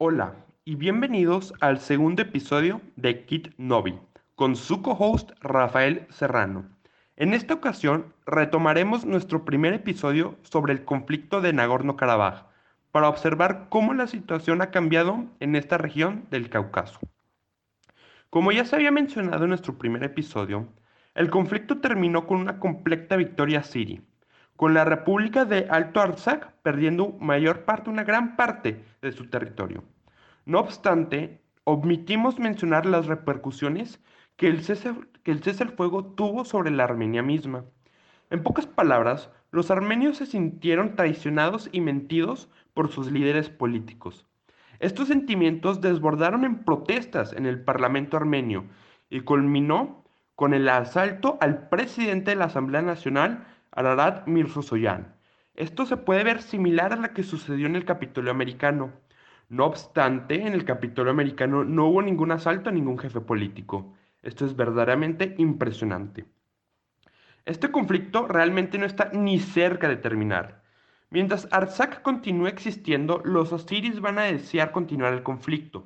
Hola y bienvenidos al segundo episodio de Kit Novi con su co-host Rafael Serrano. En esta ocasión retomaremos nuestro primer episodio sobre el conflicto de Nagorno-Karabaj para observar cómo la situación ha cambiado en esta región del Cáucaso. Como ya se había mencionado en nuestro primer episodio, el conflicto terminó con una completa victoria asiria, con la República de Alto Artsaj perdiendo una gran parte de su territorio. No obstante, omitimos mencionar las repercusiones que que el cese al fuego tuvo sobre la Armenia misma. En pocas palabras, los armenios se sintieron traicionados y mentidos por sus líderes políticos. Estos sentimientos desbordaron en protestas en el Parlamento armenio y culminó con el asalto al presidente de la Asamblea Nacional, Ararat Mirzoyan. Esto se puede ver similar a lo que sucedió en el Capitolio americano. No obstante, en el Capitolio americano no hubo ningún asalto a ningún jefe político. Esto es verdaderamente impresionante. Este conflicto realmente no está ni cerca de terminar. Mientras Artsakh continúe existiendo, los aziris van a desear continuar el conflicto.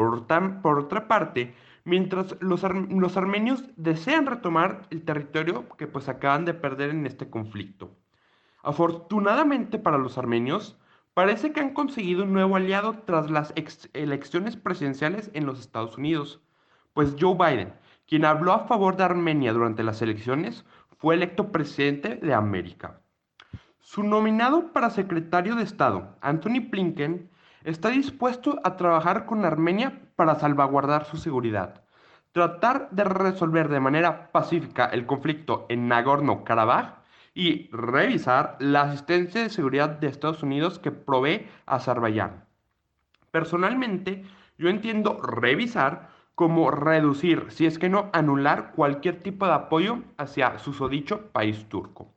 Por otra parte, mientras los armenios desean retomar el territorio que pues acaban de perder en este conflicto. Afortunadamente para los armenios, parece que han conseguido un nuevo aliado tras las elecciones presidenciales en los Estados Unidos, pues Joe Biden, quien habló a favor de Armenia durante las elecciones, fue electo presidente de América. Su nominado para secretario de Estado, Anthony Blinken, está dispuesto a trabajar con Armenia para salvaguardar su seguridad, tratar de resolver de manera pacífica el conflicto en Nagorno-Karabaj y revisar la asistencia de seguridad de Estados Unidos que provee a Azerbaiyán. Personalmente, yo entiendo revisar como reducir, si es que no anular cualquier tipo de apoyo hacia susodicho país turco.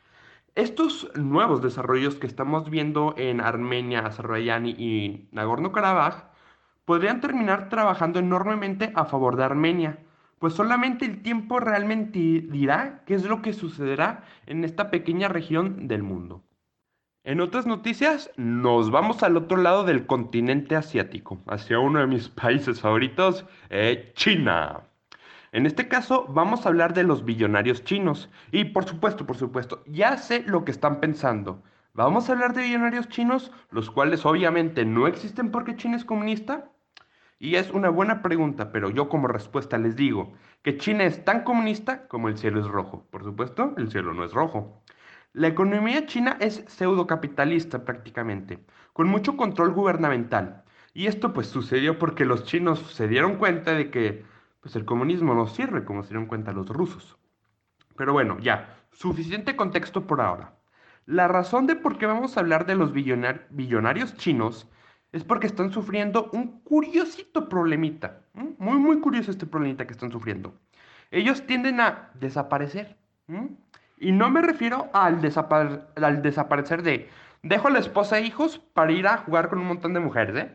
Estos nuevos desarrollos que estamos viendo en Armenia, Azerbaiyán y Nagorno-Karabaj podrían terminar trabajando enormemente a favor de Armenia, pues solamente el tiempo realmente dirá qué es lo que sucederá en esta pequeña región del mundo. En otras noticias, nos vamos al otro lado del continente asiático, hacia uno de mis países favoritos, China. En este caso, vamos a hablar de los billonarios chinos. Y por supuesto, ya sé lo que están pensando. ¿Vamos a hablar de billonarios chinos, los cuales obviamente no existen porque China es comunista? Y es una buena pregunta, pero yo como respuesta les digo que China es tan comunista como el cielo es rojo. Por supuesto, el cielo no es rojo. La economía china es pseudocapitalista prácticamente, con mucho control gubernamental. Y esto pues sucedió porque los chinos se dieron cuenta de que pues el comunismo no sirve, como se dieron cuenta los rusos. Pero bueno, ya, suficiente contexto por ahora. La razón de por qué vamos a hablar de los billonarios chinos es porque están sufriendo un curiosito problemita. Muy curioso este problemita que están sufriendo. Ellos tienden a desaparecer. ¿m? Y no me refiero al desaparecer de dejo a la esposa e hijos para ir a jugar con un montón de mujeres, ¿eh?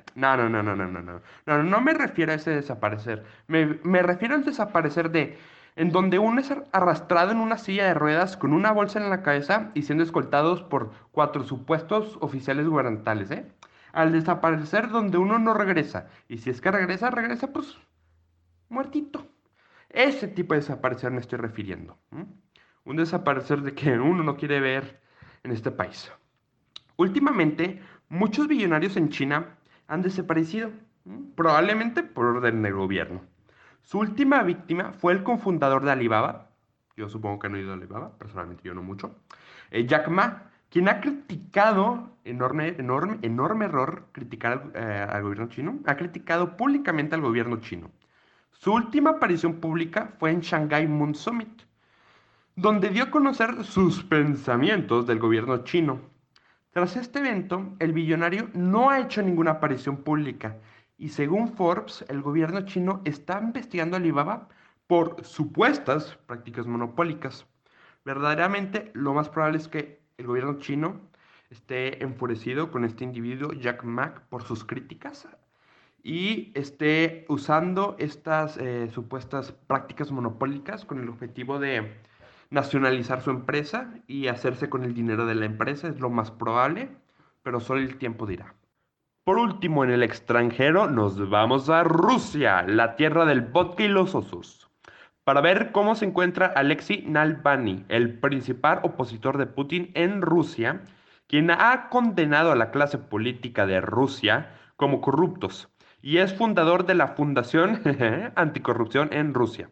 No me refiero a ese desaparecer. Me refiero al desaparecer de en donde uno es arrastrado en una silla de ruedas con una bolsa en la cabeza y siendo escoltados por cuatro supuestos oficiales gubernamentales, ¿eh? Al desaparecer donde uno no regresa. Y si es que regresa, regresa pues muertito. Ese tipo de desaparecer me estoy refiriendo. Un desaparecer de que uno no quiere ver en este país. Últimamente, muchos billonarios en China han desaparecido, probablemente por orden del gobierno. Su última víctima fue el cofundador de Alibaba, yo supongo que no he ido a Alibaba, personalmente yo no mucho, Jack Ma, quien ha criticado, enorme error, criticar al gobierno chino, ha criticado públicamente al gobierno chino. Su última aparición pública fue en Shanghai Moon Summit, donde dio a conocer sus pensamientos del gobierno chino. Tras este evento, el billonario no ha hecho ninguna aparición pública y según Forbes, el gobierno chino está investigando a Alibaba por supuestas prácticas monopólicas. Verdaderamente, lo más probable es que el gobierno chino esté enfurecido con este individuo, Jack Ma, por sus críticas y esté usando estas supuestas prácticas monopólicas con el objetivo de nacionalizar su empresa y hacerse con el dinero de la empresa, es lo más probable, pero solo el tiempo dirá. Por último, en el extranjero nos vamos a Rusia, la tierra del vodka y los osos, para ver cómo se encuentra Alexei Navalny, el principal opositor de Putin en Rusia, quien ha condenado a la clase política de Rusia como corruptos y es fundador de la Fundación Anticorrupción en Rusia.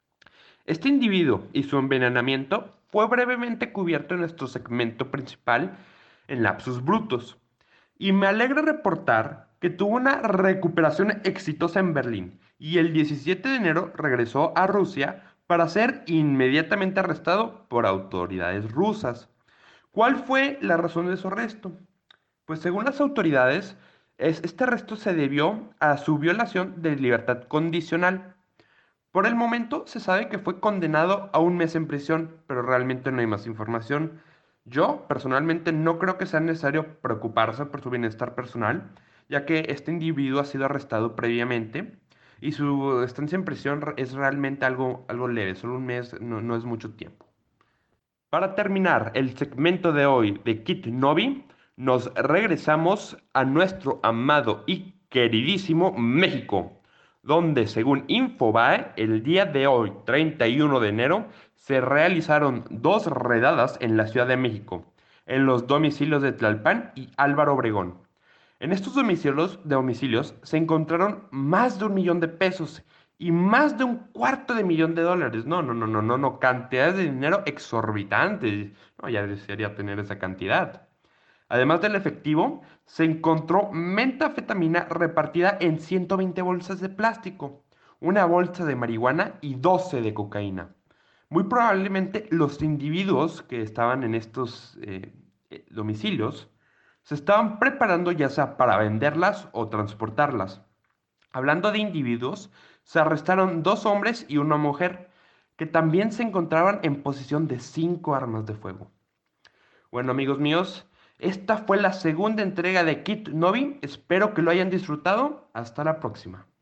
Este individuo y su envenenamiento fue brevemente cubierto en nuestro segmento principal en Lapsus Brutus. Y me alegra reportar que tuvo una recuperación exitosa en Berlín y el 17 de enero regresó a Rusia para ser inmediatamente arrestado por autoridades rusas. ¿Cuál fue la razón de su arresto? Pues según las autoridades, este arresto se debió a su violación de libertad condicional. Por el momento se sabe que fue condenado a un mes en prisión, pero realmente no hay más información. Yo personalmente no creo que sea necesario preocuparse por su bienestar personal, ya que este individuo ha sido arrestado previamente y su estancia en prisión es realmente algo leve, solo un mes no es mucho tiempo. Para terminar el segmento de hoy de Kit Novi, nos regresamos a nuestro amado y queridísimo México, donde según Infobae, el día de hoy, 31 de enero, se realizaron dos redadas en la Ciudad de México, en los domicilios de Tlalpan y Álvaro Obregón. En estos domicilios se encontraron más de 1 millón de pesos y más de 1/4 de millón de dólares. No, cantidades de dinero exorbitantes. No, ya desearía tener esa cantidad. Además del efectivo, se encontró metanfetamina repartida en 120 bolsas de plástico, una bolsa de marihuana y 12 de cocaína. Muy probablemente los individuos que estaban en estos domicilios se estaban preparando ya sea para venderlas o transportarlas. Hablando de individuos, se arrestaron dos hombres y una mujer que también se encontraban en posesión de 5 armas de fuego. Bueno, amigos míos, esta fue la segunda entrega de Kit Novi. Espero que lo hayan disfrutado. Hasta la próxima.